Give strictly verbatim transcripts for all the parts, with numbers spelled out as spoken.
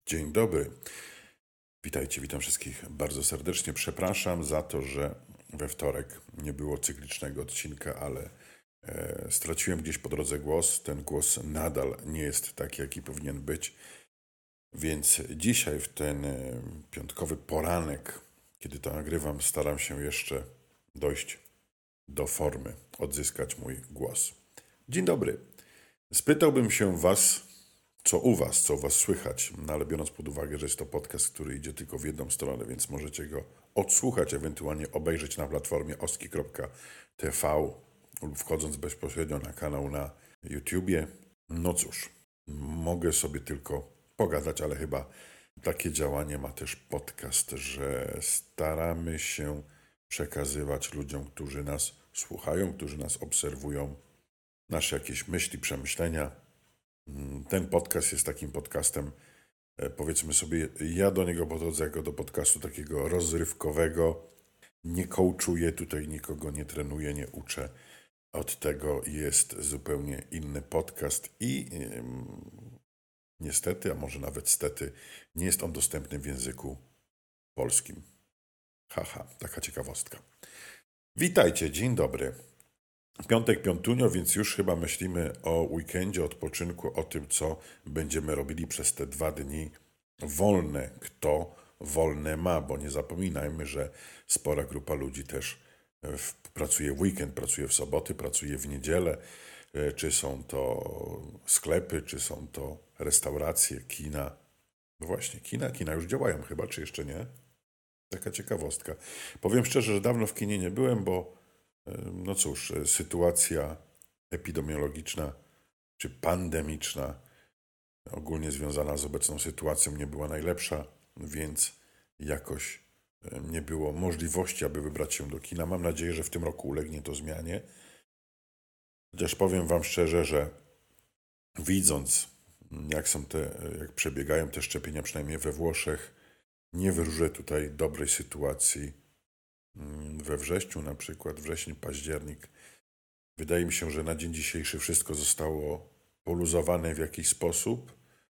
Dzień dobry. Witajcie, witam wszystkich bardzo serdecznie. Przepraszam za to, że we wtorek nie było cyklicznego odcinka, ale e, straciłem gdzieś po drodze głos. Ten głos nadal nie jest taki, jaki powinien być. Więc dzisiaj, w ten e, piątkowy poranek, kiedy to nagrywam, staram się jeszcze dojść do formy, odzyskać mój głos. Dzień dobry. Spytałbym się Was, co u Was, co u Was słychać, no ale biorąc pod uwagę, że jest to podcast, który idzie tylko w jedną stronę, więc możecie go odsłuchać, ewentualnie obejrzeć na platformie oski kropka t v lub wchodząc bezpośrednio na kanał na YouTubie. No cóż, mogę sobie tylko pogadać, ale chyba takie działanie ma też podcast, że staramy się przekazywać ludziom, którzy nas słuchają, którzy nas obserwują, nasze jakieś myśli, przemyślenia. Ten podcast jest takim podcastem, e, powiedzmy sobie, ja do niego podchodzę jako do podcastu takiego rozrywkowego. Nie coachuję tutaj nikogo, nie trenuję, nie uczę. Od tego jest zupełnie inny podcast i em, niestety, a może nawet stety, nie jest on dostępny w języku polskim. Haha, taka ciekawostka. Witajcie, dzień dobry. Piątek, piątunio, więc już chyba myślimy o weekendzie, odpoczynku, o tym, co będziemy robili przez te dwa dni wolne. Kto wolne ma, bo nie zapominajmy, że spora grupa ludzi też e, w, pracuje w weekend, pracuje w soboty, pracuje w niedzielę. E, Czy są to sklepy, czy są to restauracje, kina. No właśnie, kina, kina już działają chyba, czy jeszcze nie? Taka ciekawostka. Powiem szczerze, że dawno w kinie nie byłem, bo no cóż, sytuacja epidemiologiczna czy pandemiczna, ogólnie związana z obecną sytuacją, nie była najlepsza, więc jakoś nie było możliwości, aby wybrać się do kina. Mam nadzieję, że w tym roku ulegnie to zmianie. Chociaż powiem Wam szczerze, że widząc, jak są te, jak przebiegają te szczepienia, przynajmniej we Włoszech, nie wróżę tutaj dobrej sytuacji we wrześniu, na przykład wrzesień, październik. Wydaje mi się, że na dzień dzisiejszy wszystko zostało poluzowane w jakiś sposób.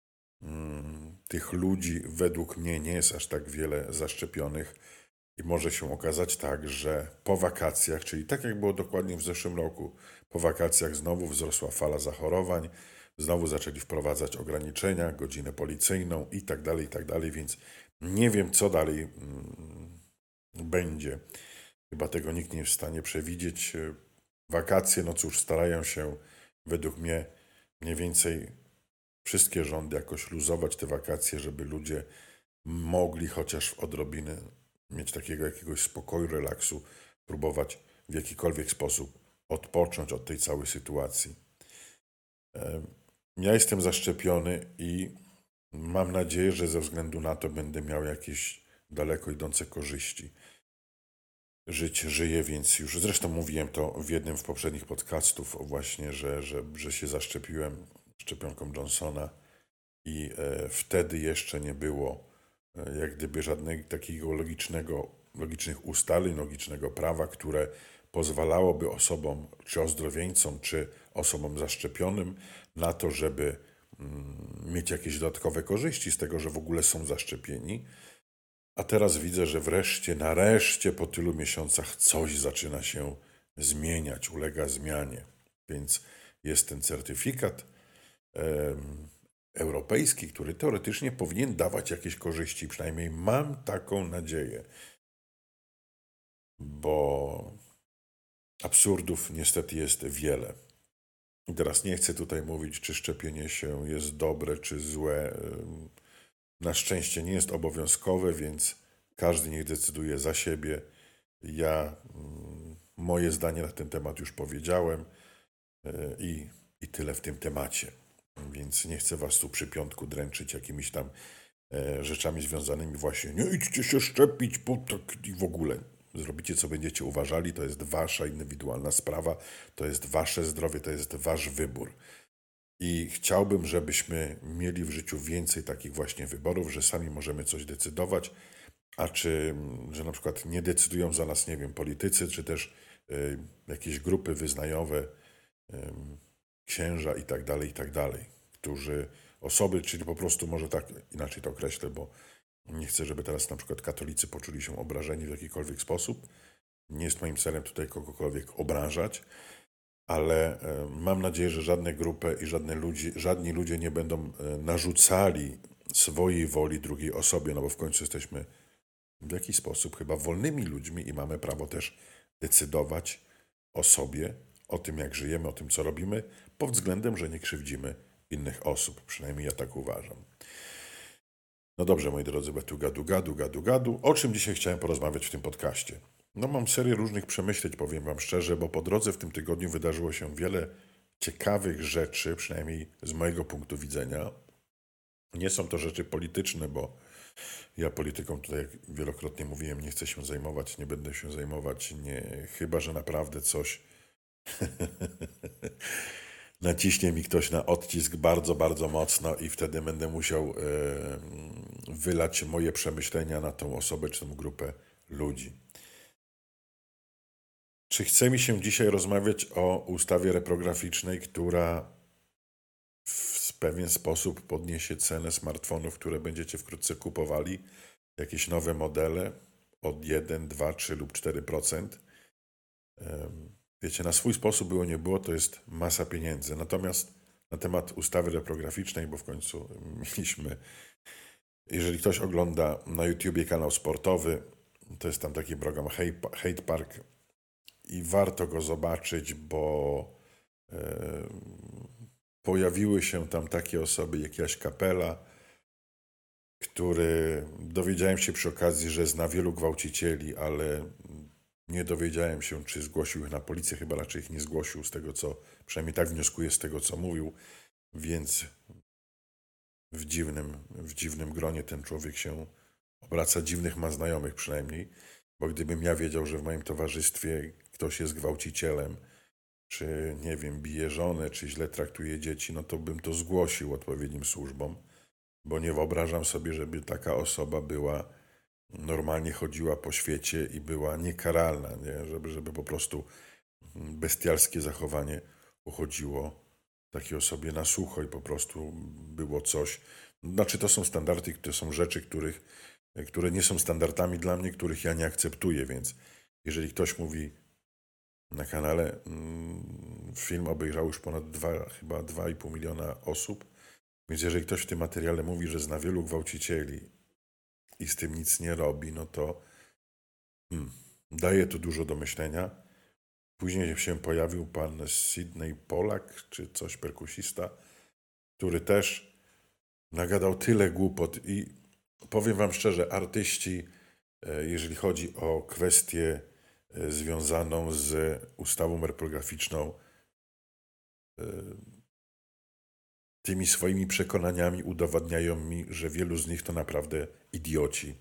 Mm, Tych ludzi według mnie nie jest aż tak wiele zaszczepionych i może się okazać tak, że po wakacjach, czyli tak jak było dokładnie w zeszłym roku, po wakacjach znowu wzrosła fala zachorowań, znowu zaczęli wprowadzać ograniczenia, godzinę policyjną i tak dalej, i tak dalej, więc nie wiem, co dalej mm, będzie. Chyba tego nikt nie jest w stanie przewidzieć. Wakacje, no cóż, starają się według mnie mniej więcej wszystkie rządy jakoś luzować te wakacje, żeby ludzie mogli chociaż w odrobinę mieć takiego jakiegoś spokoju, relaksu, próbować w jakikolwiek sposób odpocząć od tej całej sytuacji. Em, Ja jestem zaszczepiony i mam nadzieję, że ze względu na to będę miał jakieś daleko idące korzyści. Żyć żyję, więc już zresztą mówiłem to w jednym z poprzednich podcastów właśnie, że, że, że się zaszczepiłem szczepionką Johnsona i e, wtedy jeszcze nie było e, jak gdyby żadnego takiego logicznego, logicznych ustaleń, logicznego prawa, które pozwalałoby osobom, czy ozdrowieńcom, czy osobom zaszczepionym na to, żeby mm, mieć jakieś dodatkowe korzyści z tego, że w ogóle są zaszczepieni. A teraz widzę, że wreszcie, nareszcie po tylu miesiącach coś zaczyna się zmieniać, ulega zmianie. Więc jest ten certyfikat em, europejski, który teoretycznie powinien dawać jakieś korzyści. Przynajmniej mam taką nadzieję, bo absurdów niestety jest wiele. I teraz nie chcę tutaj mówić, czy szczepienie się jest dobre, czy złe. Em, Na szczęście nie jest obowiązkowe, więc każdy niech decyduje za siebie. Ja mm, moje zdanie na ten temat już powiedziałem e, i, i tyle w tym temacie. Więc nie chcę was tu przy piątku dręczyć jakimiś tam e, rzeczami związanymi właśnie nie idźcie się szczepić, bo tak i w ogóle. Zrobicie, co będziecie uważali, to jest wasza indywidualna sprawa, to jest wasze zdrowie, to jest wasz wybór. I chciałbym, żebyśmy mieli w życiu więcej takich właśnie wyborów, że sami możemy coś decydować, a czy, że na przykład nie decydują za nas, nie wiem, politycy, czy też y, jakieś grupy wyznaniowe, y, księża i tak dalej, i tak dalej, którzy osoby, czyli po prostu może tak inaczej to określę, bo nie chcę, żeby teraz na przykład katolicy poczuli się obrażeni w jakikolwiek sposób. Nie jest moim celem tutaj kogokolwiek obrażać, ale e, mam nadzieję, że żadne grupy i żadne ludzi, żadni ludzie nie będą e, narzucali swojej woli drugiej osobie, no bo w końcu jesteśmy w jakiś sposób chyba wolnymi ludźmi i mamy prawo też decydować o sobie, o tym jak żyjemy, o tym co robimy, pod względem, że nie krzywdzimy innych osób. Przynajmniej ja tak uważam. No dobrze, moi drodzy, tu gadu, gadu, gadu, gadu. O czym dzisiaj chciałem porozmawiać w tym podcaście? No mam serię różnych przemyśleń, powiem wam szczerze, bo po drodze w tym tygodniu wydarzyło się wiele ciekawych rzeczy, przynajmniej z mojego punktu widzenia. Nie są to rzeczy polityczne, bo ja polityką tutaj, jak wielokrotnie mówiłem, nie chcę się zajmować, nie będę się zajmować, nie, chyba że naprawdę coś naciśnie mi ktoś na odcisk bardzo, bardzo mocno i wtedy będę musiał e, wylać moje przemyślenia na tą osobę czy tą grupę ludzi. Czy chce mi się dzisiaj rozmawiać o ustawie reprograficznej, która w pewien sposób podniesie cenę smartfonów, które będziecie wkrótce kupowali? Jakieś nowe modele od jeden, dwa, trzy lub cztery procent. Wiecie, na swój sposób było nie było, to jest masa pieniędzy. Natomiast na temat ustawy reprograficznej, bo w końcu mieliśmy, jeżeli ktoś ogląda na YouTubie kanał sportowy, to jest tam taki program Hate Park i warto go zobaczyć, bo e, pojawiły się tam takie osoby jak Jaś Kapela, który dowiedziałem się przy okazji, że zna wielu gwałcicieli, ale nie dowiedziałem się, czy zgłosił ich na policję, chyba raczej ich nie zgłosił z tego, co, przynajmniej tak wnioskuję z tego, co mówił, więc w dziwnym, w dziwnym gronie ten człowiek się obraca, dziwnych ma znajomych przynajmniej, bo gdybym ja wiedział, że w moim towarzystwie ktoś jest gwałcicielem, czy nie wiem, bije żonę, czy źle traktuje dzieci, no to bym to zgłosił odpowiednim służbom, bo nie wyobrażam sobie, żeby taka osoba była, normalnie chodziła po świecie i była niekaralna, nie? Żeby, żeby po prostu bestialskie zachowanie uchodziło takiej osobie na sucho i po prostu było coś. Znaczy to są standardy, to są rzeczy, których, które nie są standardami dla mnie, których ja nie akceptuję, więc jeżeli ktoś mówi na kanale, film obejrzało już ponad dwa, chyba dwa i pół miliona osób, więc jeżeli ktoś w tym materiale mówi, że zna wielu gwałcicieli i z tym nic nie robi, no to hmm, daje to dużo do myślenia. Później się pojawił pan Sydney Polak, czy coś, perkusista, który też nagadał tyle głupot i powiem wam szczerze, artyści, jeżeli chodzi o kwestię związaną z ustawą reprograficzną, tymi swoimi przekonaniami udowadniają mi, że wielu z nich to naprawdę idioci.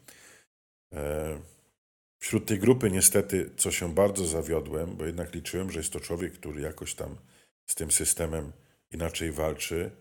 Wśród tej grupy niestety, co się bardzo zawiodłem, bo jednak liczyłem, że jest to człowiek, który jakoś tam z tym systemem inaczej walczy.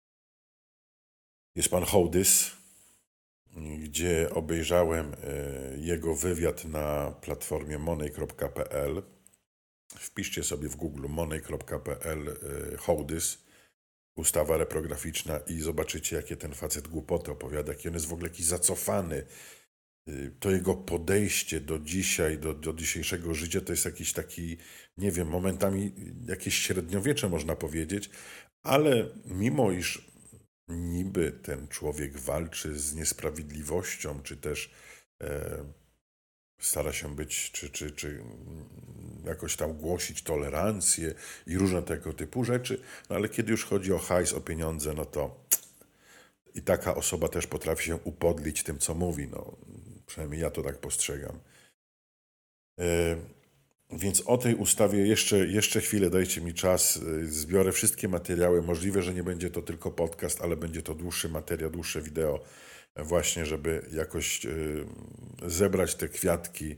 Jest pan Hołdys, gdzie obejrzałem jego wywiad na platformie money kropka p l. Wpiszcie sobie w Google money kropka p l Hołdys, ustawa reprograficzna i zobaczycie, jakie ten facet głupoty opowiada, jaki on jest w ogóle jakiś zacofany. To jego podejście do dzisiaj, do, do dzisiejszego życia to jest jakiś taki, nie wiem, momentami jakieś średniowiecze można powiedzieć, ale mimo iż niby ten człowiek walczy z niesprawiedliwością, czy też e, stara się być, czy, czy, czy jakoś tam głosić tolerancję i różne tego typu rzeczy, no ale kiedy już chodzi o hajs, o pieniądze, no to i taka osoba też potrafi się upodlić tym, co mówi, no przynajmniej ja to tak postrzegam. E, Więc o tej ustawie jeszcze, jeszcze chwilę, dajcie mi czas, zbiorę wszystkie materiały. Możliwe, że nie będzie to tylko podcast, ale będzie to dłuższy materiał, dłuższe wideo, właśnie żeby jakoś zebrać te kwiatki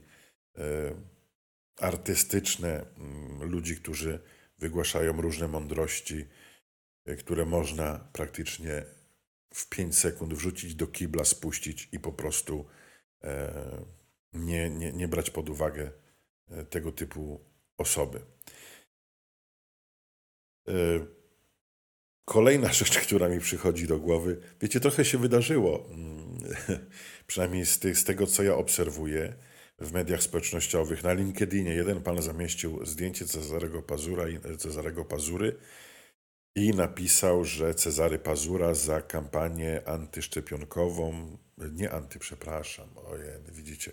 artystyczne ludzi, którzy wygłaszają różne mądrości, które można praktycznie w pięć sekund wrzucić do kibla, spuścić i po prostu nie, nie, nie brać pod uwagę tego typu osoby. Kolejna rzecz, która mi przychodzi do głowy, wiecie, trochę się wydarzyło, mm, przynajmniej z, tych, z tego, co ja obserwuję w mediach społecznościowych. Na LinkedInie jeden pan zamieścił zdjęcie Cezarego Pazura i Cezarego Pazury i napisał, że Cezary Pazura za kampanię antyszczepionkową, nie anty, przepraszam, ojej, widzicie.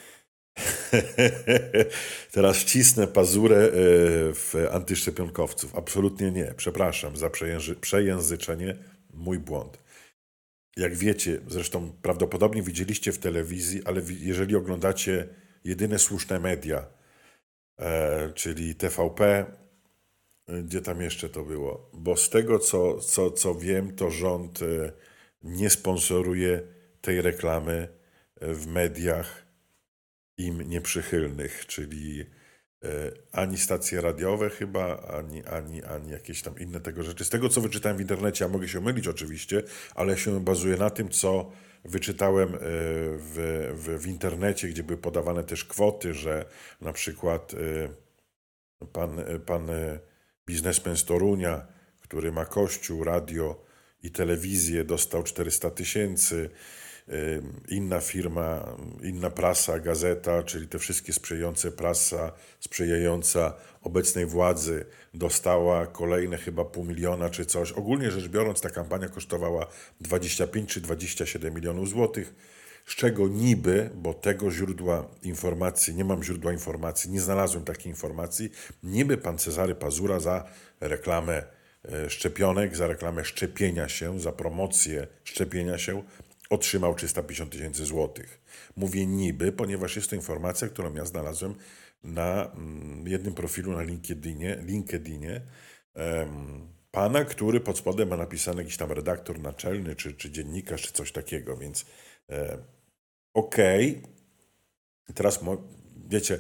Teraz wcisnę pazurę e, w antyszczepionkowców. Absolutnie nie. Przepraszam za przejęzy przejęzyczenie. Mój błąd. Jak wiecie, zresztą prawdopodobnie widzieliście w telewizji, ale jeżeli oglądacie jedyne słuszne media, e, czyli T V P, gdzie tam jeszcze to było? Bo z tego, co, co, co wiem, to rząd e, nie sponsoruje tej reklamy w mediach im nieprzychylnych, czyli e, ani stacje radiowe chyba, ani, ani, ani jakieś tam inne tego rzeczy. Z tego, co wyczytałem w internecie, ja mogę się mylić oczywiście, ale się bazuje na tym, co wyczytałem e, w, w, w internecie, gdzie były podawane też kwoty, że na przykład e, pan, pan e, biznesmen z Torunia, który ma kościół, radio i telewizję, dostał czterysta tysięcy. Inna firma, inna prasa, gazeta, czyli te wszystkie sprzyjające prasa, sprzyjająca obecnej władzy, dostała kolejne chyba pół miliona czy coś. Ogólnie rzecz biorąc, ta kampania kosztowała dwadzieścia pięć czy dwadzieścia siedem milionów złotych, z czego niby, bo tego źródła informacji, nie mam źródła informacji, nie znalazłem takiej informacji, niby pan Cezary Pazura za reklamę szczepionek, za reklamę szczepienia się, za promocję szczepienia się otrzymał trzysta pięćdziesiąt tysięcy złotych. Mówię niby, ponieważ jest to informacja, którą ja znalazłem na jednym profilu na LinkedInie, LinkedInie um, pana, który pod spodem ma napisany jakiś tam redaktor naczelny, czy, czy dziennikarz, czy coś takiego, więc e, okej. Okay. Teraz, wiecie,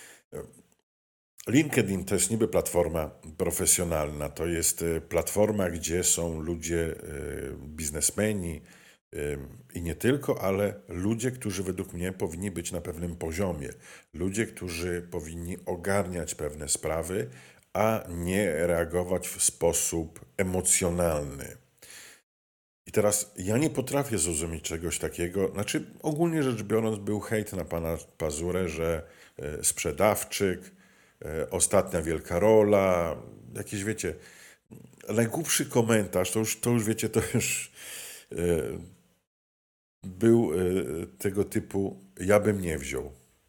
LinkedIn to jest niby platforma profesjonalna, to jest platforma, gdzie są ludzie, biznesmeni, i nie tylko, ale ludzie, którzy według mnie powinni być na pewnym poziomie. Ludzie, którzy powinni ogarniać pewne sprawy, a nie reagować w sposób emocjonalny. I teraz ja nie potrafię zrozumieć czegoś takiego. Znaczy, ogólnie rzecz biorąc, był hejt na pana Pazurę, że sprzedawczyk, ostatnia wielka rola, jakieś, wiecie, najgłupszy komentarz, to już, to już wiecie, to już był tego typu, ja bym nie wziął.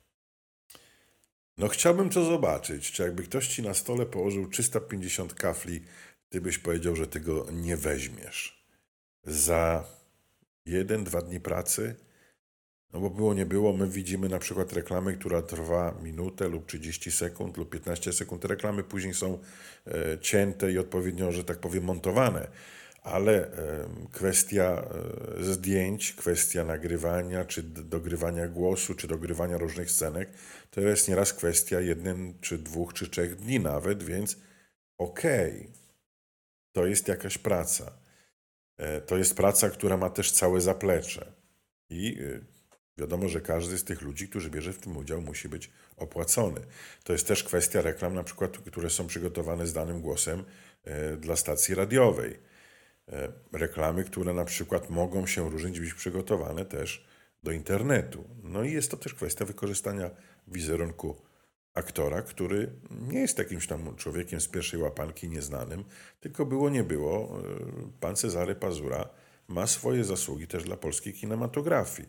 No chciałbym to zobaczyć, czy jakby ktoś ci na stole położył trzysta pięćdziesiąt kafli, ty byś powiedział, że tego nie weźmiesz. Za jeden, dwa dni pracy, no bo było nie było, my widzimy na przykład reklamę, która trwa minutę lub trzydzieści sekund lub piętnaście sekund. Te reklamy później są e, cięte i odpowiednio, że tak powiem, montowane. Ale e, kwestia e, zdjęć, kwestia nagrywania, czy dogrywania głosu, czy dogrywania różnych scenek, to jest nieraz kwestia jeden, czy dwóch, czy trzech dni nawet, więc okej, okay, to jest jakaś praca. E, to jest praca, która ma też całe zaplecze. I e, wiadomo, że każdy z tych ludzi, którzy bierze w tym udział, musi być opłacony. To jest też kwestia reklam, na przykład, które są przygotowane z danym głosem e, dla stacji radiowej. Reklamy, które na przykład mogą się różnić, być przygotowane też do internetu. No i jest to też kwestia wykorzystania wizerunku aktora, który nie jest jakimś tam człowiekiem z pierwszej łapanki nieznanym, tylko było nie było, pan Cezary Pazura ma swoje zasługi też dla polskiej kinematografii.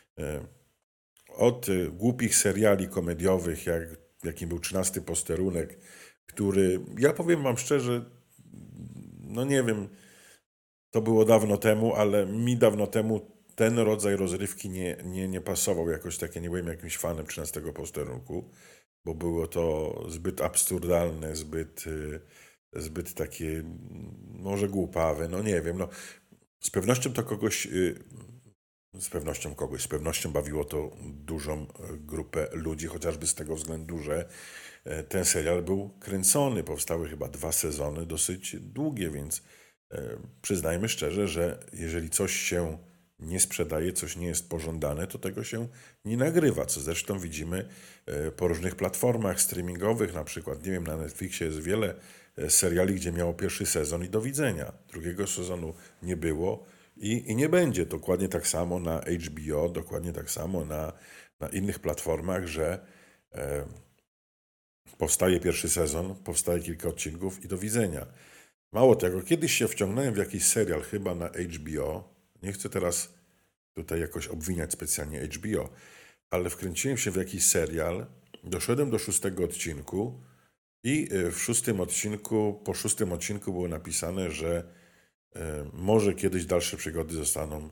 Od głupich seriali komediowych, jak, jakim był trzynasty posterunek, który, ja powiem wam szczerze, no nie wiem, to było dawno temu, ale mi dawno temu ten rodzaj rozrywki nie, nie, nie pasował jakoś tak. Ja nie byłem jakimś fanem trzynastego posterunku, bo było to zbyt absurdalne, zbyt, zbyt takie może głupawe, no nie wiem. No, z pewnością to kogoś, z pewnością kogoś, z pewnością bawiło to dużą grupę ludzi, chociażby z tego względu, że ten serial był kręcony. Powstały chyba dwa sezony, dosyć długie, więc przyznajmy szczerze, że jeżeli coś się nie sprzedaje, coś nie jest pożądane, to tego się nie nagrywa, co zresztą widzimy po różnych platformach streamingowych, na przykład, nie wiem, na Netflixie jest wiele e, seriali, gdzie miało pierwszy sezon i do widzenia. Drugiego sezonu nie było i, i nie będzie. Dokładnie tak samo na H B O, dokładnie tak samo na, na innych platformach, że e, powstaje pierwszy sezon, powstaje kilka odcinków i do widzenia. Mało tego, kiedyś się wciągnąłem w jakiś serial, chyba na H B O. Nie chcę teraz tutaj jakoś obwiniać specjalnie H B O, ale wkręciłem się w jakiś serial, doszedłem do szóstego odcinku i y, w szóstym odcinku, po szóstym odcinku było napisane, że y, może kiedyś dalsze przygody zostaną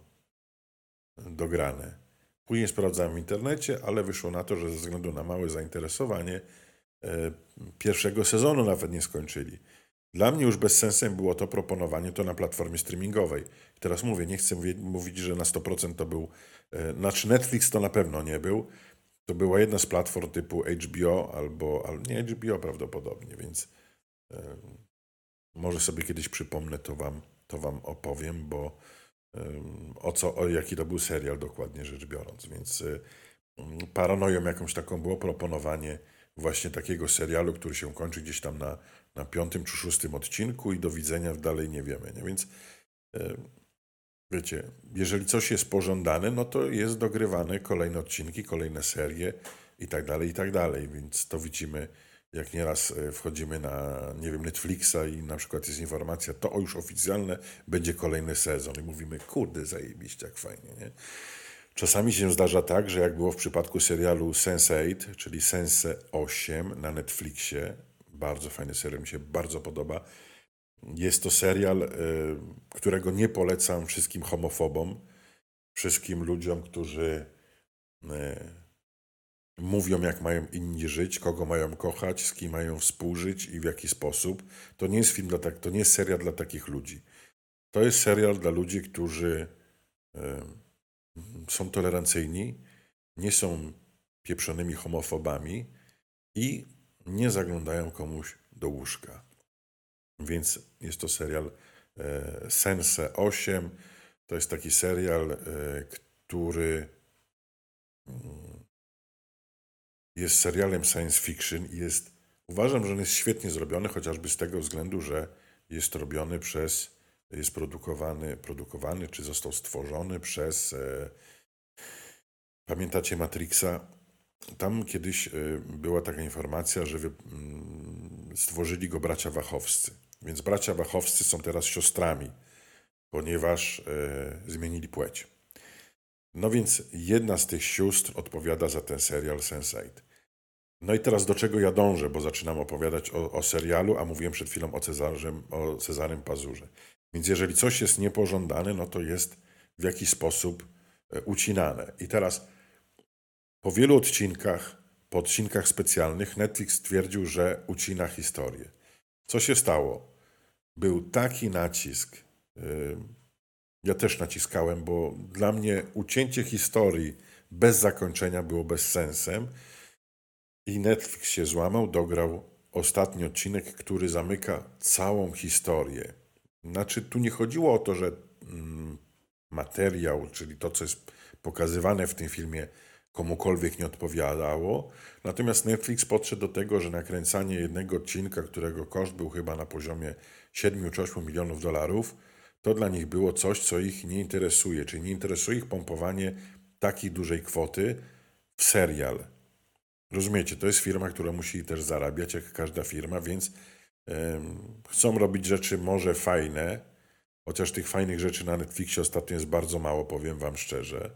dograne. Później sprawdzałem w internecie, ale wyszło na to, że ze względu na małe zainteresowanie y, pierwszego sezonu nawet nie skończyli. Dla mnie już bez sensem było to proponowanie to na platformie streamingowej. I teraz mówię, nie chcę mówić, mówić, że na sto procent to był, e, znaczy Netflix to na pewno nie był. To była jedna z platform typu H B O albo, albo nie H B O prawdopodobnie, więc e, może sobie kiedyś przypomnę, to wam, to wam opowiem, bo e, o co, o jaki to był serial dokładnie rzecz biorąc. Więc e, paranoją jakąś taką było proponowanie właśnie takiego serialu, który się kończy gdzieś tam na, na piątym czy szóstym odcinku i do widzenia dalej nie wiemy. Nie? Więc e, wiecie, jeżeli coś jest pożądane, no to jest dogrywane kolejne odcinki, kolejne serie i tak dalej, i tak dalej. Więc to widzimy, jak nieraz e, wchodzimy na, nie wiem, Netflixa i na przykład jest informacja, to już oficjalne, będzie kolejny sezon i mówimy, kurde, zajebiście, jak fajnie, nie? Czasami się zdarza tak, że jak było w przypadku serialu sense osiem, czyli Sense osiem na Netflixie, bardzo fajny serial, mi się bardzo podoba. Jest to serial, y, którego nie polecam wszystkim homofobom, wszystkim ludziom, którzy y, mówią, jak mają inni żyć, kogo mają kochać, z kim mają współżyć i w jaki sposób. To nie jest film dla tak, to nie jest serial dla takich ludzi. To jest serial dla ludzi, którzy y, są tolerancyjni, nie są pieprzonymi homofobami i nie zaglądają komuś do łóżka. Więc jest to serial e, Sense osiem. To jest taki serial, e, który mm, jest serialem science fiction i jest, uważam, że on jest świetnie zrobiony, chociażby z tego względu, że jest robiony przez, jest produkowany, produkowany czy został stworzony przez e, pamiętacie Matrixa? Tam kiedyś y, była taka informacja, że wy, mm, stworzyli go bracia Wachowscy. Więc bracia Wachowscy są teraz siostrami, ponieważ y, zmienili płeć. No więc jedna z tych sióstr odpowiada za ten serial sense osiem. No i teraz do czego ja dążę, bo zaczynam opowiadać o, o serialu, a mówiłem przed chwilą o, Cezarzem, o Cezarym Pazurze. Więc jeżeli coś jest niepożądane, no to jest w jakiś sposób y, ucinane. I teraz po wielu odcinkach, po odcinkach specjalnych, Netflix stwierdził, że ucina historię. Co się stało? Był taki nacisk. Yy, ja też naciskałem, bo dla mnie ucięcie historii bez zakończenia było bezsensem. I Netflix się złamał, dograł ostatni odcinek, który zamyka całą historię. Znaczy, tu nie chodziło o to, że mm, materiał, czyli to, co jest pokazywane w tym filmie, komukolwiek nie odpowiadało. Natomiast Netflix podszedł do tego, że nakręcanie jednego odcinka, którego koszt był chyba na poziomie siedem czy osiem milionów dolarów, to dla nich było coś, co ich nie interesuje. Czyli nie interesuje ich pompowanie takiej dużej kwoty w serial. Rozumiecie, to jest firma, która musi też zarabiać, jak każda firma, więc ym, chcą robić rzeczy może fajne, chociaż tych fajnych rzeczy na Netflixie ostatnio jest bardzo mało, powiem wam szczerze.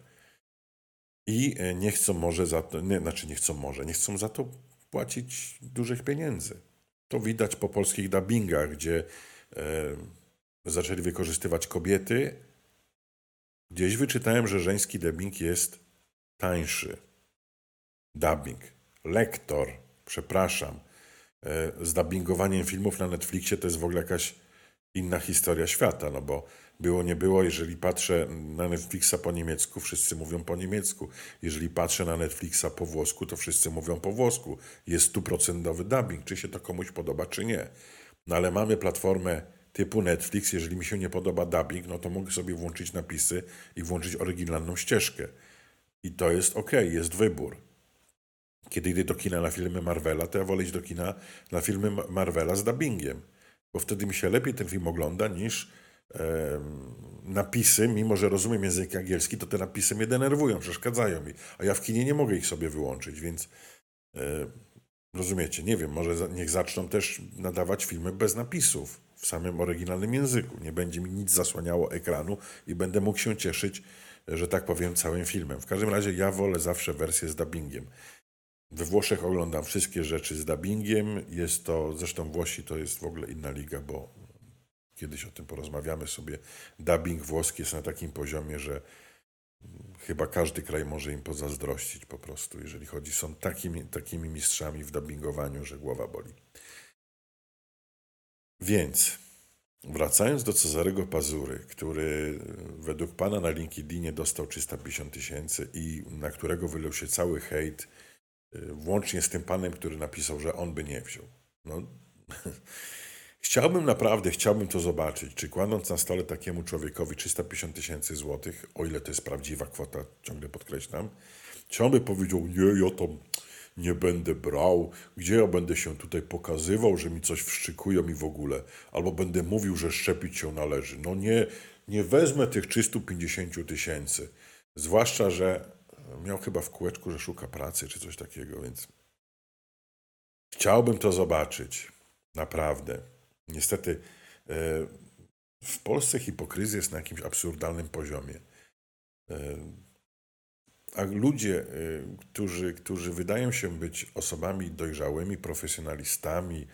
I nie chcą może za to, nie, znaczy nie chcą może, nie chcą za to płacić dużych pieniędzy. To widać po polskich dubbingach, gdzie e, zaczęli wykorzystywać kobiety. Gdzieś wyczytałem, że żeński dubbing jest tańszy. Dubbing. Lektor, przepraszam. E, z dubbingowaniem filmów na Netflixie to jest w ogóle jakaś inna historia świata, no bo było nie było, jeżeli patrzę na Netflixa po niemiecku, wszyscy mówią po niemiecku. Jeżeli patrzę na Netflixa po włosku, to wszyscy mówią po włosku. Jest stuprocentowy dubbing, czy się to komuś podoba, czy nie. No ale mamy platformę typu Netflix, jeżeli mi się nie podoba dubbing, no to mogę sobie włączyć napisy i włączyć oryginalną ścieżkę. I to jest ok, jest wybór. Kiedy idę do kina na filmy Marvela, to ja wolę iść do kina na filmy Marvela z dubbingiem. bo wtedy mi się lepiej ten film ogląda niż e, napisy, mimo że rozumiem język angielski, to te napisy mnie denerwują, przeszkadzają mi, a ja w kinie nie mogę ich sobie wyłączyć, więc e, rozumiecie, nie wiem, może za, niech zaczną też nadawać filmy bez napisów, w samym oryginalnym języku. Nie będzie mi nic zasłaniało ekranu i będę mógł się cieszyć, że tak powiem, całym filmem. W każdym razie ja wolę zawsze wersję z dubbingiem. We Włoszech oglądam wszystkie rzeczy z dubbingiem. Jest to, zresztą Włosi to jest w ogóle inna liga, bo kiedyś o tym porozmawiamy sobie. Dubbing włoski jest na takim poziomie, że chyba każdy kraj może im pozazdrościć po prostu, jeżeli chodzi. Są takimi, takimi mistrzami w dubbingowaniu, że głowa boli. Więc wracając do Cezarego Pazury, który według pana na LinkedInie dostał trzysta pięćdziesiąt tysięcy i na którego wylał się cały hejt, włącznie z tym panem, który napisał, że on by nie wziął. No, chciałbym naprawdę, chciałbym to zobaczyć, czy kładąc na stole takiemu człowiekowi trzysta pięćdziesiąt tysięcy złotych, o ile to jest prawdziwa kwota, ciągle podkreślam, czy on by powiedział, nie, ja tam nie będę brał, gdzie ja będę się tutaj pokazywał, że mi coś wszczykują i w ogóle, albo będę mówił, że szczepić się należy. No nie, nie wezmę tych trzysta pięćdziesiąt tysięcy, zwłaszcza, że miał chyba w kółeczku, że szuka pracy, czy coś takiego, więc chciałbym to zobaczyć, naprawdę. Niestety w Polsce hipokryzja jest na jakimś absurdalnym poziomie. A ludzie, którzy, którzy wydają się być osobami dojrzałymi, profesjonalistami,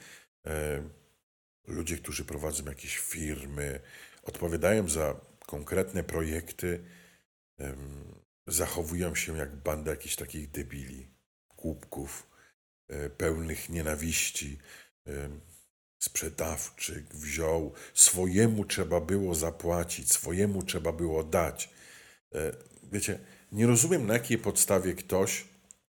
ludzie, którzy prowadzą jakieś firmy, odpowiadają za konkretne projekty, zachowują się jak banda jakichś takich debili, głupków, pełnych nienawiści, sprzedawczyk wziął, swojemu trzeba było zapłacić, swojemu trzeba było dać. Wiecie, nie rozumiem, na jakiej podstawie ktoś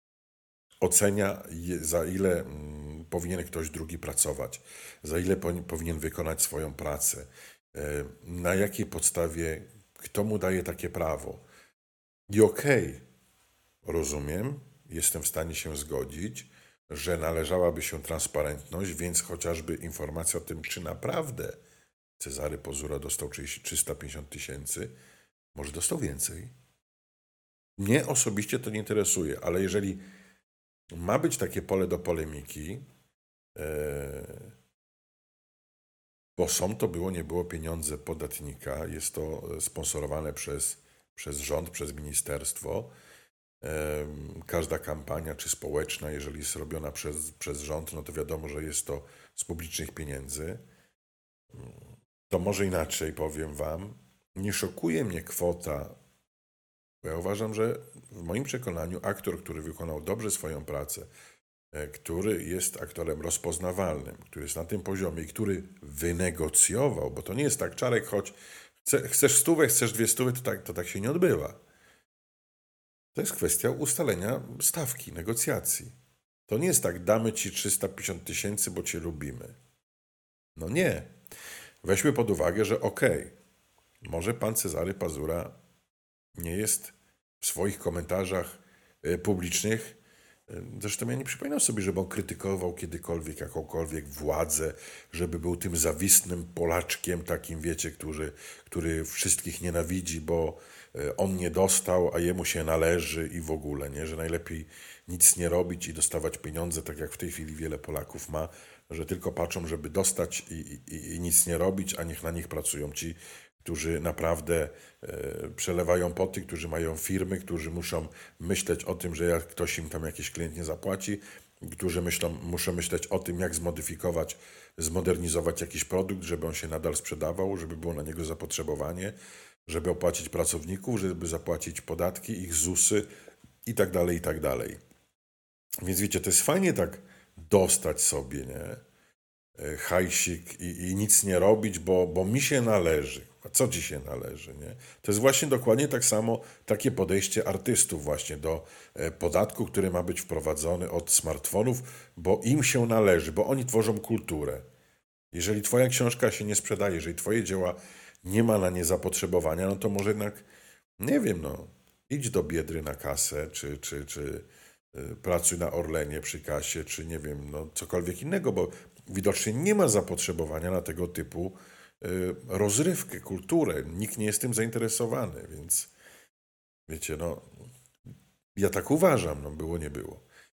ocenia, za ile mm, powinien ktoś drugi pracować, za ile po, powinien wykonać swoją pracę, na jakiej podstawie, kto mu daje takie prawo. I okej, okay, rozumiem, jestem w stanie się zgodzić, że należałaby się transparentność, więc chociażby informacja o tym, czy naprawdę Cezary Pazura dostał trzysta pięćdziesiąt tysięcy, może dostał więcej. Mnie osobiście to nie interesuje, ale jeżeli ma być takie pole do polemiki, e, bo są to było, nie było pieniądze podatnika, jest to sponsorowane przez, przez rząd, przez ministerstwo. E, każda kampania, czy społeczna, jeżeli jest robiona przez, przez rząd, no to wiadomo, że jest to z publicznych pieniędzy. To może inaczej powiem wam, nie szokuje mnie kwota. Bo ja uważam, że w moim przekonaniu aktor, który wykonał dobrze swoją pracę, który jest aktorem rozpoznawalnym, który jest na tym poziomie i który wynegocjował, bo to nie jest tak, Czarek, choć chce, chcesz stówę, chcesz dwie stówy, to tak, to tak się nie odbywa. To jest kwestia ustalenia stawki, negocjacji. To nie jest tak, damy ci trzysta pięćdziesiąt tysięcy, bo cię lubimy. No nie. Weźmy pod uwagę, że okej, okay, może pan Cezary Pazura nie jest w swoich komentarzach publicznych, zresztą ja nie przypominam sobie, żeby on krytykował kiedykolwiek jakąkolwiek władzę, żeby był tym zawistnym Polaczkiem takim, wiecie, który, który wszystkich nienawidzi, bo on nie dostał, a jemu się należy i w ogóle, nie? Że najlepiej nic nie robić i dostawać pieniądze, tak jak w tej chwili wiele Polaków ma, że tylko patrzą, żeby dostać i, i, i nic nie robić, a niech na nich pracują ci, którzy naprawdę e, przelewają poty, którzy mają firmy, którzy muszą myśleć o tym, że jak ktoś im tam jakiś klient nie zapłaci, którzy myślą, muszą myśleć o tym, jak zmodyfikować, zmodernizować jakiś produkt, żeby on się nadal sprzedawał, żeby było na niego zapotrzebowanie, żeby opłacić pracowników, żeby zapłacić podatki, ich zusy i tak dalej, i tak dalej. Więc wiecie, to jest fajnie tak dostać sobie, nie? Hajsik i, i nic nie robić, bo, bo mi się należy. A co ci się należy, nie? To jest właśnie dokładnie tak samo takie podejście artystów właśnie do podatku, który ma być wprowadzony od smartfonów, bo im się należy, bo oni tworzą kulturę. Jeżeli twoja książka się nie sprzedaje, jeżeli twoje dzieła nie ma na nie zapotrzebowania, no to może jednak, nie wiem, no, idź do Biedry na kasę, czy, czy, czy pracuj na Orlenie przy kasie, czy nie wiem, no cokolwiek innego, bo widocznie nie ma zapotrzebowania na tego typu y, rozrywkę, kulturę. Nikt nie jest tym zainteresowany, więc wiecie, no ja tak uważam, no było, nie było.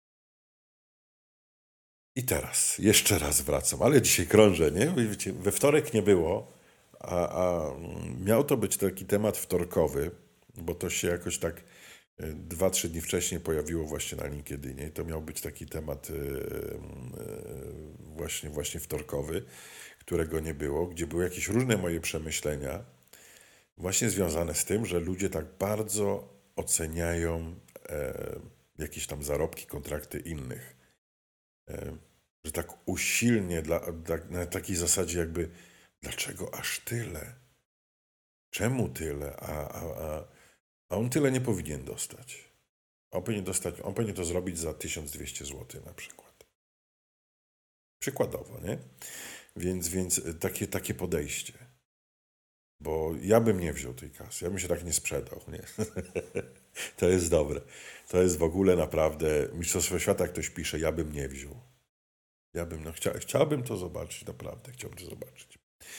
I teraz, jeszcze raz wracam, ale dzisiaj krążę, nie? Wiecie, we wtorek nie było, a, a miał to być taki temat wtorkowy, bo to się jakoś tak y, dwa, trzy dni wcześniej pojawiło właśnie na LinkedInie i to miał być taki temat y, y, właśnie, właśnie wtorkowy, którego nie było, gdzie były jakieś różne moje przemyślenia, właśnie związane z tym, że ludzie tak bardzo oceniają e, jakieś tam zarobki, kontrakty innych. E, że tak usilnie, dla, dla, na takiej zasadzie jakby, dlaczego aż tyle? Czemu tyle? A, a, a, a on tyle nie powinien dostać. On powinien dostać, on powinien to zrobić za tysiąc dwieście złotych na przykład. Przykładowo, nie? Więc, więc takie, takie podejście. Bo ja bym nie wziął tej kasy, ja bym się tak nie sprzedał, nie? To jest dobre. To jest w ogóle naprawdę, Mistrzostwo Świata ktoś pisze, ja bym nie wziął. Ja bym, no chcia, chciałbym to zobaczyć, naprawdę chciałbym to zobaczyć.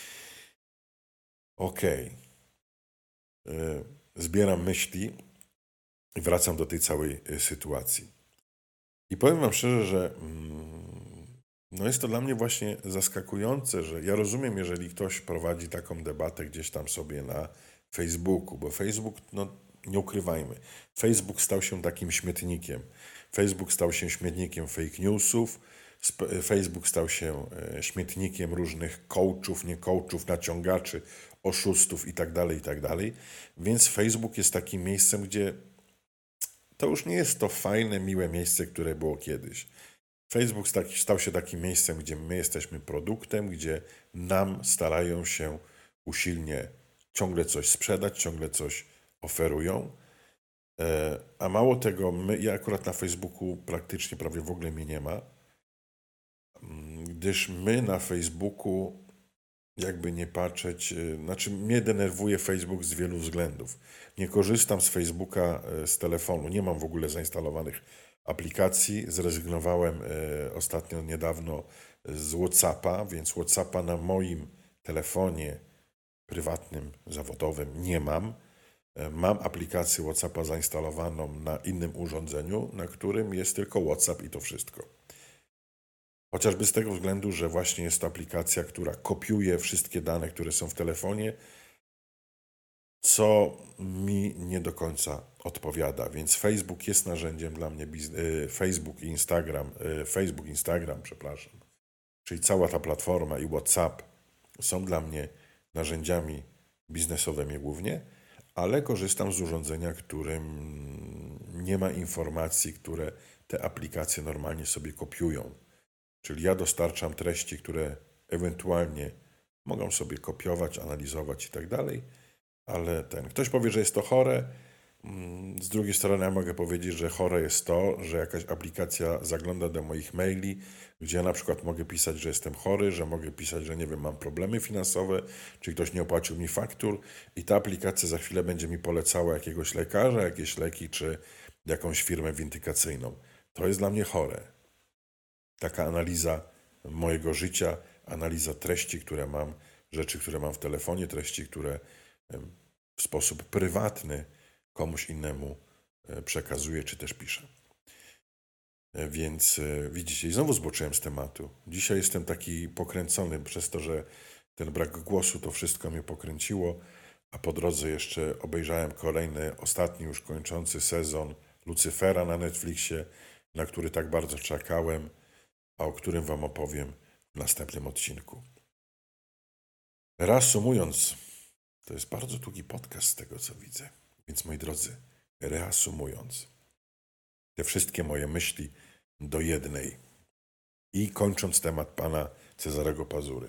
Okej. Okay. Zbieram myśli i wracam do tej całej y, sytuacji. I powiem wam szczerze, że mm, no jest to dla mnie właśnie zaskakujące, że ja rozumiem, jeżeli ktoś prowadzi taką debatę gdzieś tam sobie na Facebooku, bo Facebook, no nie ukrywajmy, Facebook stał się takim śmietnikiem. Facebook stał się śmietnikiem fake newsów, sp- Facebook stał się e, śmietnikiem różnych coachów, nie coachów, naciągaczy, oszustów i tak dalej, i tak dalej. Więc Facebook jest takim miejscem, gdzie to już nie jest to fajne, miłe miejsce, które było kiedyś. Facebook stał się takim miejscem, gdzie my jesteśmy produktem, gdzie nam starają się usilnie ciągle coś sprzedać, ciągle coś oferują. E, A mało tego, my, ja akurat na Facebooku praktycznie prawie w ogóle mnie nie ma, mm, gdyż my na Facebooku, jakby nie patrzeć, e, znaczy mnie denerwuje Facebook z wielu względów. Nie korzystam z Facebooka e, z telefonu, nie mam w ogóle zainstalowanych aplikacji. Zrezygnowałem e, ostatnio, niedawno z WhatsAppa, więc WhatsAppa na moim telefonie prywatnym, zawodowym nie mam. E, Mam aplikację WhatsAppa zainstalowaną na innym urządzeniu, na którym jest tylko WhatsApp i to wszystko. Chociażby z tego względu, że właśnie jest to aplikacja, która kopiuje wszystkie dane, które są w telefonie, co mi nie do końca odpowiada. Więc Facebook jest narzędziem dla mnie, biznes, Facebook i Instagram, y, Facebook, Instagram, przepraszam, czyli cała ta platforma i WhatsApp są dla mnie narzędziami biznesowymi głównie, ale korzystam z urządzenia, którym nie ma informacji, które te aplikacje normalnie sobie kopiują. Czyli ja dostarczam treści, które ewentualnie mogą sobie kopiować, analizować i tak dalej, ale ten, ktoś powie, że jest to chore. Z drugiej strony ja mogę powiedzieć, że chore jest to, że jakaś aplikacja zagląda do moich maili, gdzie ja na przykład mogę pisać, że jestem chory, że mogę pisać, że nie wiem, mam problemy finansowe, czy ktoś nie opłacił mi faktur i ta aplikacja za chwilę będzie mi polecała jakiegoś lekarza, jakieś leki, czy jakąś firmę windykacyjną. To jest dla mnie chore. Taka analiza mojego życia, analiza treści, które mam, rzeczy, które mam w telefonie, treści, które w sposób prywatny komuś innemu przekazuję, czy też piszę. Więc widzicie, i znowu zboczyłem z tematu. Dzisiaj jestem taki pokręcony przez to, że ten brak głosu, to wszystko mnie pokręciło, a po drodze jeszcze obejrzałem kolejny, ostatni już kończący sezon Lucyfera na Netflixie, na który tak bardzo czekałem, a o którym wam opowiem w następnym odcinku. Reasumując, to jest bardzo długi podcast z tego, co widzę. Więc moi drodzy, reasumując te wszystkie moje myśli do jednej i kończąc temat pana Cezarego Pazury.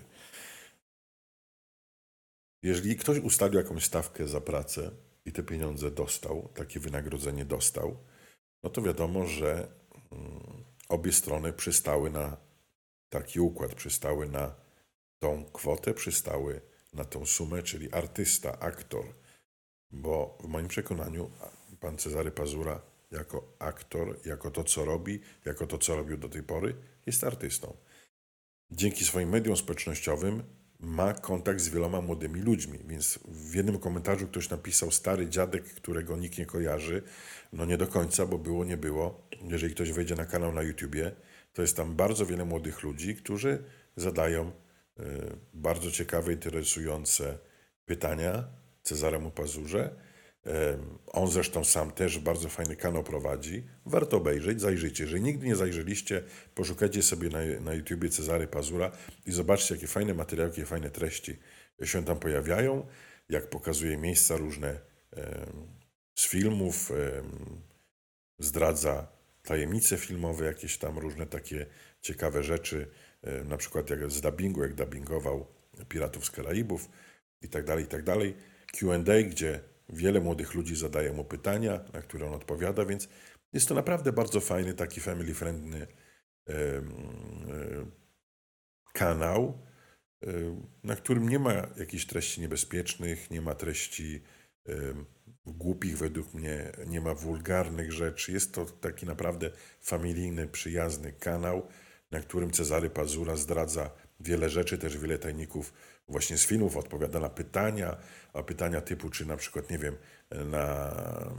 Jeżeli ktoś ustalił jakąś stawkę za pracę i te pieniądze dostał, takie wynagrodzenie dostał, no to wiadomo, że mm, obie strony przystały na taki układ, przystały na tą kwotę, przystały na tą sumę, czyli artysta, aktor, bo w moim przekonaniu pan Cezary Pazura jako aktor, jako to, co robi, jako to, co robił do tej pory, jest artystą. dzięki swoim mediom społecznościowym ma kontakt z wieloma młodymi ludźmi. Więc w jednym komentarzu ktoś napisał stary dziadek, którego nikt nie kojarzy. No nie do końca, bo było, nie było. Jeżeli ktoś wejdzie na kanał na YouTubie, to jest tam bardzo wiele młodych ludzi, którzy zadają y, bardzo ciekawe, interesujące pytania Cezaremu Pazurze. On zresztą sam też bardzo fajny kanał prowadzi. Warto obejrzeć, zajrzyjcie. Jeżeli nigdy nie zajrzeliście, poszukajcie sobie na, na YouTubie Cezary Pazura i zobaczcie, jakie fajne materiały, jakie fajne treści się tam pojawiają, jak pokazuje miejsca różne em, z filmów, em, zdradza tajemnice filmowe, jakieś tam różne takie ciekawe rzeczy, em, na przykład jak z dubbingu, jak dubbingował Piratów z Karaibów i tak dalej, i tak dalej. Q and A, gdzie wiele młodych ludzi zadaje mu pytania, na które on odpowiada, więc jest to naprawdę bardzo fajny, taki family-friendly em, em, kanał, em, na którym nie ma jakichś treści niebezpiecznych, nie ma treści em, głupich według mnie, nie ma wulgarnych rzeczy. Jest to taki naprawdę familijny, przyjazny kanał, na którym Cezary Pazura zdradza wiele rzeczy, też wiele tajników właśnie z filmów, odpowiada na pytania, a pytania typu, czy na przykład, nie wiem, na,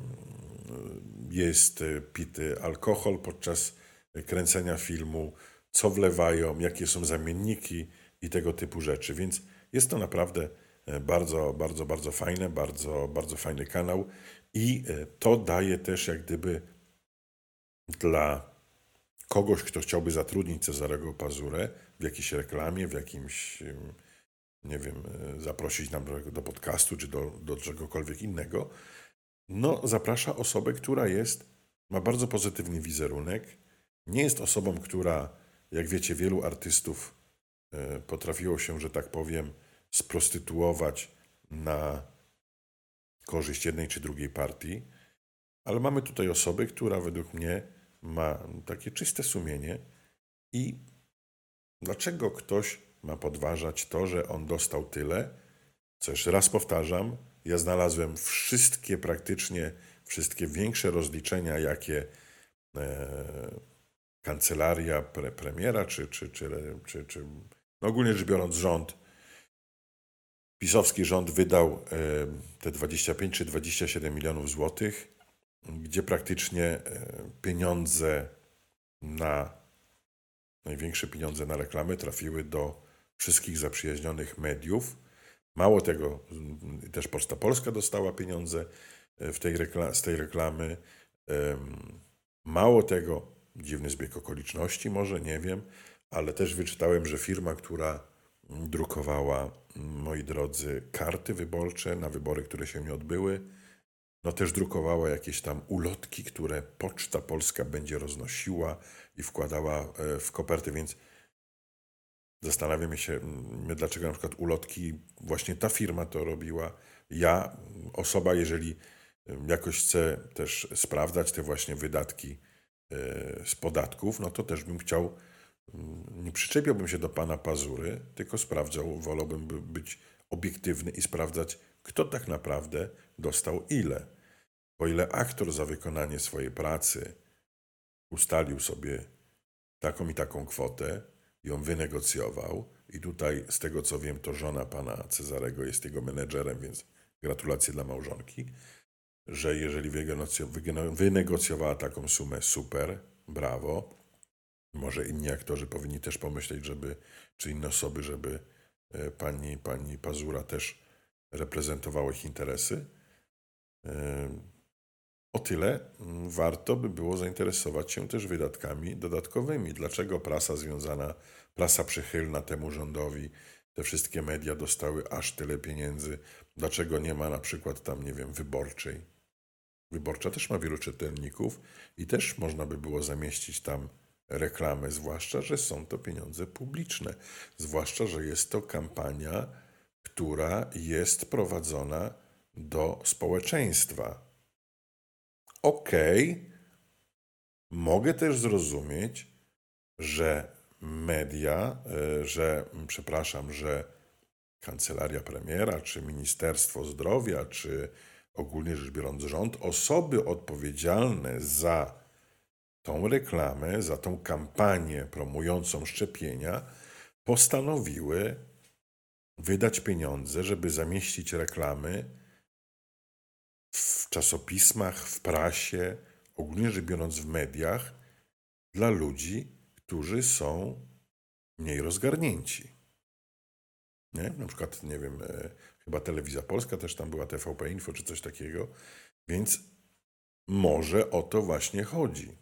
jest pity alkohol podczas kręcenia filmu, co wlewają, jakie są zamienniki i tego typu rzeczy. Więc jest to naprawdę bardzo, bardzo, bardzo fajne, bardzo, bardzo fajny kanał i to daje też jak gdyby dla kogoś, kto chciałby zatrudnić Cezarego Pazurę w jakiejś reklamie, w jakimś, nie wiem, zaprosić nam do, do podcastu czy do, do czegokolwiek innego, no zaprasza osobę, która jest, ma bardzo pozytywny wizerunek, nie jest osobą, która, jak wiecie, wielu artystów e, potrafiło się, że tak powiem, sprostytuować na korzyść jednej czy drugiej partii, ale mamy tutaj osobę, która według mnie ma takie czyste sumienie i dlaczego ktoś ma podważać to, że on dostał tyle? Co jeszcze raz powtarzam, ja znalazłem wszystkie, praktycznie wszystkie większe rozliczenia, jakie e, kancelaria pre, premiera, czy, czy, czy, czy, czy no ogólnie rzecz biorąc rząd, pisowski rząd wydał e, te dwadzieścia pięć czy dwadzieścia siedem milionów złotych, gdzie praktycznie e, pieniądze na, największe pieniądze na reklamy trafiły do wszystkich zaprzyjaźnionych mediów. Mało tego, też Poczta Polska dostała pieniądze w tej rekla- z tej reklamy. Mało tego, dziwny zbieg okoliczności może, nie wiem, ale też wyczytałem, że firma, która drukowała, moi drodzy, karty wyborcze na wybory, które się nie odbyły, no też drukowała jakieś tam ulotki, które Poczta Polska będzie roznosiła i wkładała w koperty, więc zastanawiamy się, dlaczego na przykład ulotki, właśnie ta firma to robiła. Ja, osoba, jeżeli jakoś chcę też sprawdzać te właśnie wydatki z podatków, no to też bym chciał, nie przyczepiałbym się do pana Pazury, tylko sprawdzał, wolałbym być obiektywny i sprawdzać, kto tak naprawdę dostał ile. O ile aktor za wykonanie swojej pracy ustalił sobie taką i taką kwotę, ją wynegocjował i tutaj z tego co wiem, to żona pana Cezarego jest jego menedżerem, więc gratulacje dla małżonki, że jeżeli wynegocjowała taką sumę, super, brawo. Może inni aktorzy powinni też pomyśleć, żeby, czy inne osoby, żeby pani, pani Pazura też reprezentowała ich interesy. O tyle warto by było zainteresować się też wydatkami dodatkowymi. Dlaczego prasa związana, prasa przychylna temu rządowi, te wszystkie media dostały aż tyle pieniędzy? Dlaczego nie ma na przykład tam, nie wiem, Wyborczej? Wyborcza też ma wielu czytelników i też można by było zamieścić tam reklamę, zwłaszcza, że są to pieniądze publiczne. Zwłaszcza, że jest to kampania, która jest prowadzona do społeczeństwa. Okej, okay. Mogę też zrozumieć, że media, że, przepraszam, że kancelaria premiera, czy Ministerstwo Zdrowia, czy ogólnie rzecz biorąc rząd, osoby odpowiedzialne za tą reklamę, za tą kampanię promującą szczepienia, postanowiły wydać pieniądze, żeby zamieścić reklamy w czasopismach, w prasie, ogólnie rzecz biorąc w mediach, dla ludzi, którzy są mniej rozgarnięci. Nie? Na przykład, nie wiem, e, chyba Telewizja Polska też tam była, T V P Info czy coś takiego, więc może o to właśnie chodzi,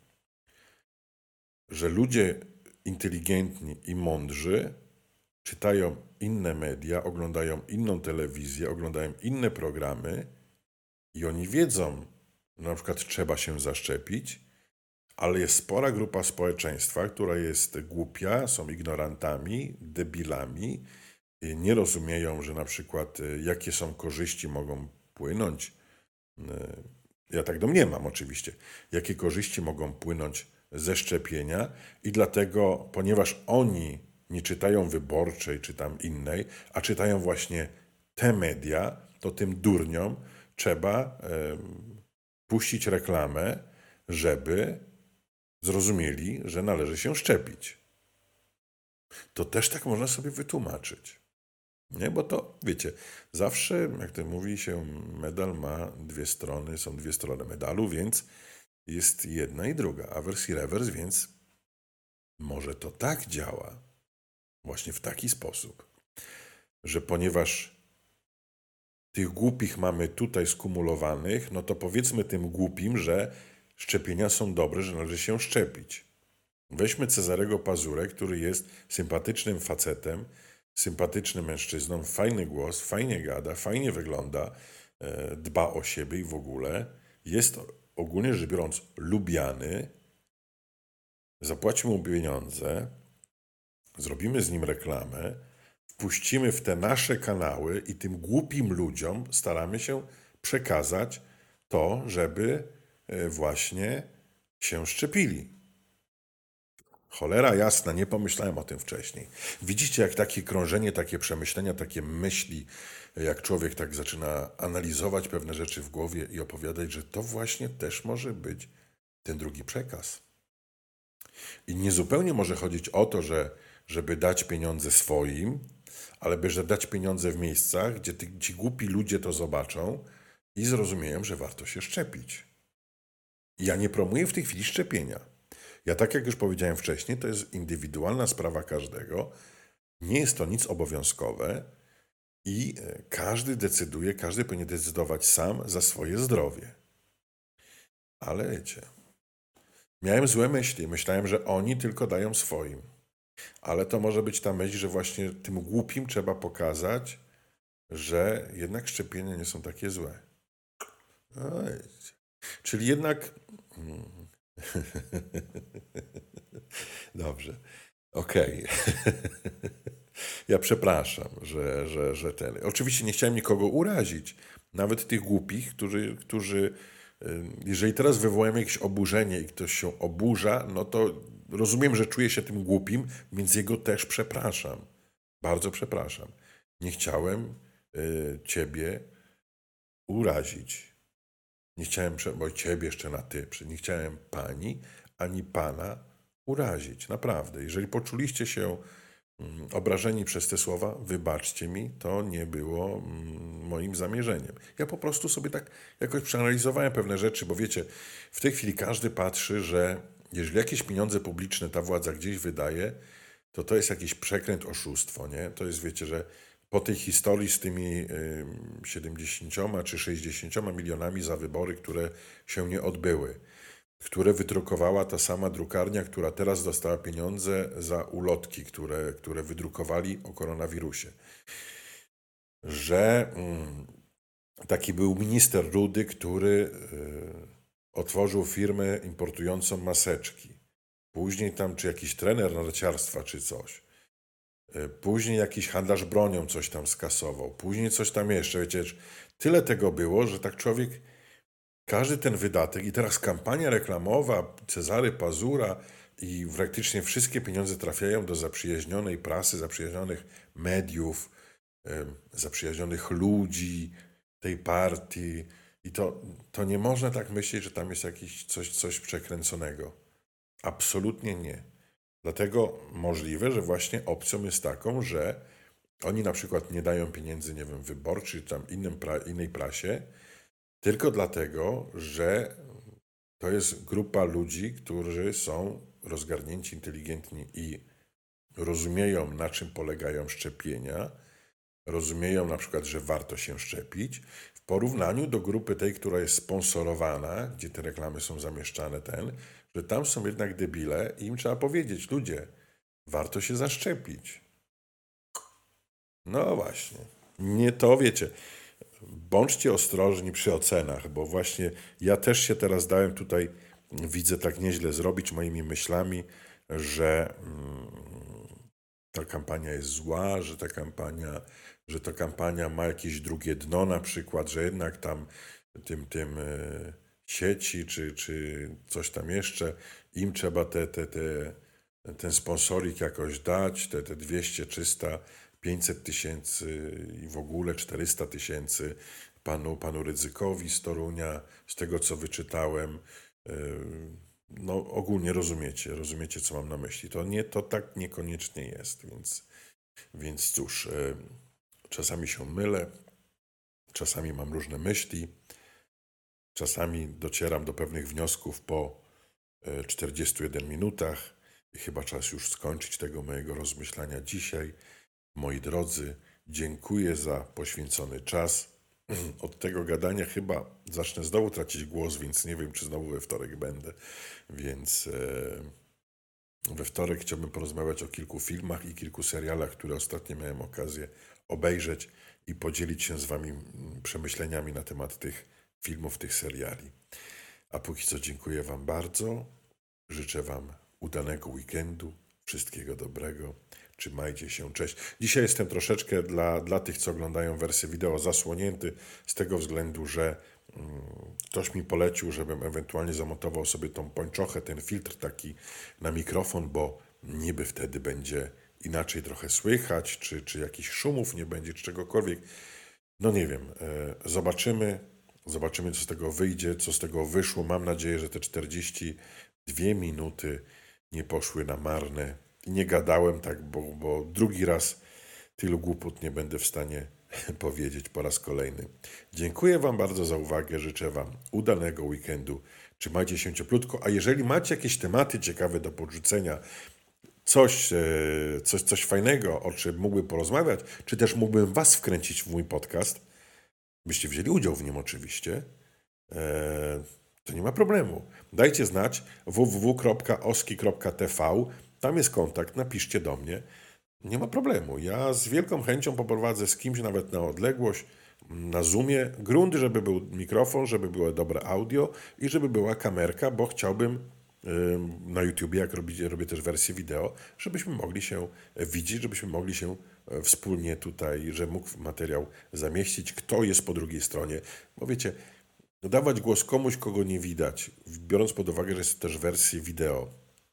że ludzie inteligentni i mądrzy czytają inne media, oglądają inną telewizję, oglądają inne programy i oni wiedzą, że na przykład trzeba się zaszczepić, ale jest spora grupa społeczeństwa, która jest głupia, są ignorantami, debilami, y, nie rozumieją, że na przykład y, jakie są korzyści mogą płynąć. y, Ja tak domniemam oczywiście, jakie korzyści mogą płynąć ze szczepienia i dlatego, ponieważ oni nie czytają Wyborczej czy tam innej, a czytają właśnie te media, to tym durniom trzeba em, puścić reklamę, żeby zrozumieli, że należy się szczepić. To też tak można sobie wytłumaczyć. Nie, bo to, wiecie, zawsze, jak to mówi się, medal ma dwie strony, są dwie strony medalu, więc jest jedna i druga, awers i rewers, więc może to tak działa, właśnie w taki sposób, że ponieważ tych głupich mamy tutaj skumulowanych, no to powiedzmy tym głupim, że szczepienia są dobre, że należy się szczepić. Weźmy Cezarego Pazurę, który jest sympatycznym facetem, sympatycznym mężczyzną, fajny głos, fajnie gada, fajnie wygląda, e, dba o siebie i w ogóle. Jest ogólnie rzecz biorąc lubiany. Zapłaćmy mu pieniądze, zrobimy z nim reklamę, wpuścimy w te nasze kanały i tym głupim ludziom staramy się przekazać to, żeby e, właśnie się szczepili. Cholera jasna, nie pomyślałem o tym wcześniej. Widzicie, jak takie krążenie, takie przemyślenia, takie myśli, jak człowiek tak zaczyna analizować pewne rzeczy w głowie i opowiadać, że to właśnie też może być ten drugi przekaz. I nie zupełnie może chodzić o to, że żeby dać pieniądze swoim, ale by, że dać pieniądze w miejscach, gdzie ty, ci głupi ludzie to zobaczą i zrozumieją, że warto się szczepić. Ja nie promuję w tej chwili szczepienia. Ja, tak jak już powiedziałem wcześniej, to jest indywidualna sprawa każdego. Nie jest to nic obowiązkowe i e, każdy decyduje, każdy powinien decydować sam za swoje zdrowie. Ale wiecie, miałem złe myśli. Myślałem, że oni tylko dają swoim. Ale to może być ta myśl, że właśnie tym głupim trzeba pokazać, że jednak szczepienia nie są takie złe. No, wiecie. Czyli jednak... Hmm. Dobrze. Okej. Ja przepraszam, że, że, że ten. Oczywiście nie chciałem nikogo urazić. Nawet tych głupich, którzy, którzy, y, jeżeli teraz wywołają jakieś oburzenie i ktoś się oburza, no to rozumiem, że czuje się tym głupim, więc jego też przepraszam. Bardzo przepraszam. Nie chciałem y, ciebie urazić. Nie chciałem, prze- bo ciebie jeszcze na ty, nie chciałem pani ani pana urazić. Naprawdę. Jeżeli poczuliście się mm, obrażeni przez te słowa, wybaczcie mi, to nie było mm, moim zamierzeniem. Ja po prostu sobie tak jakoś przeanalizowałem pewne rzeczy, bo wiecie, w tej chwili każdy patrzy, że jeżeli jakieś pieniądze publiczne ta władza gdzieś wydaje, to to jest jakiś przekręt, oszustwo, nie? To jest, wiecie, że po tej historii z tymi y, siedemdziesięcioma czy sześćdziesięcioma milionami za wybory, które się nie odbyły, które wydrukowała ta sama drukarnia, która teraz dostała pieniądze za ulotki, które, które wydrukowali o koronawirusie. Że mm, taki był minister Rudy, który y, otworzył firmę importującą maseczki. Później tam, czy jakiś trener narciarstwa, czy coś. Y, Później jakiś handlarz bronią coś tam skasował. Później coś tam jeszcze. Wiecie, tyle tego było, że tak człowiek... Każdy ten wydatek i teraz kampania reklamowa Cezary Pazura i praktycznie wszystkie pieniądze trafiają do zaprzyjaźnionej prasy, zaprzyjaźnionych mediów, em, zaprzyjaźnionych ludzi tej partii. I to, to nie można tak myśleć, że tam jest jakieś coś, coś przekręconego. Absolutnie nie. Dlatego możliwe, że właśnie opcją jest taką, że oni na przykład nie dają pieniędzy, nie wiem, Wyborczej czy tam innym pra, innej prasie, tylko dlatego, że to jest grupa ludzi, którzy są rozgarnięci, inteligentni i rozumieją, na czym polegają szczepienia, rozumieją na przykład, że warto się szczepić, w porównaniu do grupy tej, która jest sponsorowana, gdzie te reklamy są zamieszczane, ten, że tam są jednak debile i im trzeba powiedzieć, ludzie, warto się zaszczepić. No właśnie. Nie to, wiecie, bądźcie ostrożni przy ocenach, bo właśnie ja też się teraz dałem tutaj, widzę tak nieźle zrobić moimi myślami, że mm, ta kampania jest zła, że ta kampania, że ta kampania ma jakieś drugie dno na przykład, że jednak tam tym, tym e, sieci czy, czy coś tam jeszcze, im trzeba te, te, te, ten sponsorik jakoś dać, te, te dwieście, trzysta, pięćset tysięcy i w ogóle czterysta tysięcy panu, panu Rydzykowi z Torunia, z tego co wyczytałem. e, No ogólnie rozumiecie, rozumiecie co mam na myśli. To, nie, to tak niekoniecznie jest, więc, więc cóż, e, czasami się mylę, czasami mam różne myśli, czasami docieram do pewnych wniosków po e, czterdziestu jeden minutach i chyba czas już skończyć tego mojego rozmyślania dzisiaj. Moi drodzy, dziękuję za poświęcony czas. Od tego gadania chyba zacznę znowu tracić głos, więc nie wiem, czy znowu we wtorek będę. Więc e, we wtorek chciałbym porozmawiać o kilku filmach i kilku serialach, które ostatnio miałem okazję obejrzeć i podzielić się z Wami mm, przemyśleniami na temat tych filmów, tych seriali. A póki co dziękuję Wam bardzo. Życzę Wam udanego weekendu, wszystkiego dobrego. Trzymajcie się, cześć. Dzisiaj jestem troszeczkę dla, dla tych, co oglądają wersję wideo, zasłonięty z tego względu, że mm, ktoś mi polecił, żebym ewentualnie zamontował sobie tą pończochę, ten filtr taki na mikrofon, bo niby wtedy będzie inaczej trochę słychać, czy, czy jakichś szumów nie będzie, czy czegokolwiek. No nie wiem, e, zobaczymy, zobaczymy co z tego wyjdzie, co z tego wyszło. Mam nadzieję, że te czterdzieści dwie minuty nie poszły na marne. I nie gadałem tak, bo, bo drugi raz tylu głupot nie będę w stanie powiedzieć po raz kolejny. Dziękuję Wam bardzo za uwagę, życzę Wam udanego weekendu. Trzymajcie się cieplutko, a jeżeli macie jakieś tematy ciekawe do podrzucenia, coś, e, coś, coś fajnego, o czym mógłbym porozmawiać, czy też mógłbym Was wkręcić w mój podcast, byście wzięli udział w nim oczywiście, e, to nie ma problemu. Dajcie znać w w w kropka oski kropka t v, tam jest kontakt, napiszcie do mnie. Nie ma problemu. Ja z wielką chęcią poprowadzę z kimś nawet na odległość, na Zoomie, grunt, żeby był mikrofon, żeby było dobre audio i żeby była kamerka, bo chciałbym ym, na YouTubie, jak robię, robię też wersję wideo, żebyśmy mogli się widzieć, żebyśmy mogli się e, wspólnie tutaj, że mógł materiał zamieścić, kto jest po drugiej stronie. Bo wiecie, dawać głos komuś, kogo nie widać, biorąc pod uwagę, że jest też wersja wideo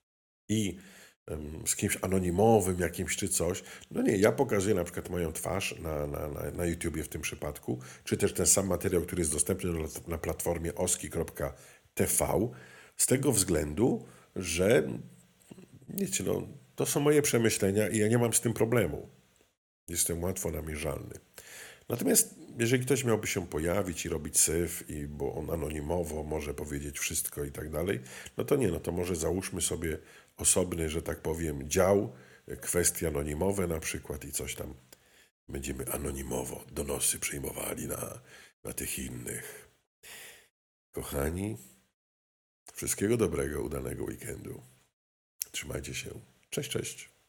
i em, z kimś anonimowym jakimś czy coś. No nie, ja pokazuję na przykład moją twarz na, na, na, na YouTubie w tym przypadku, czy też ten sam materiał, który jest dostępny na, na platformie oski kropka t v, z tego względu, że wiecie, no, to są moje przemyślenia i ja nie mam z tym problemu. Jestem łatwo namierzalny. Natomiast jeżeli ktoś miałby się pojawić i robić syf, i, bo on anonimowo może powiedzieć wszystko i tak dalej, no to nie, no to może załóżmy sobie osobny, że tak powiem, dział, e, kwestie anonimowe na przykład i coś tam będziemy anonimowo donosy przyjmowali na, na tych innych. Kochani, wszystkiego dobrego, udanego weekendu. Trzymajcie się. Cześć, cześć.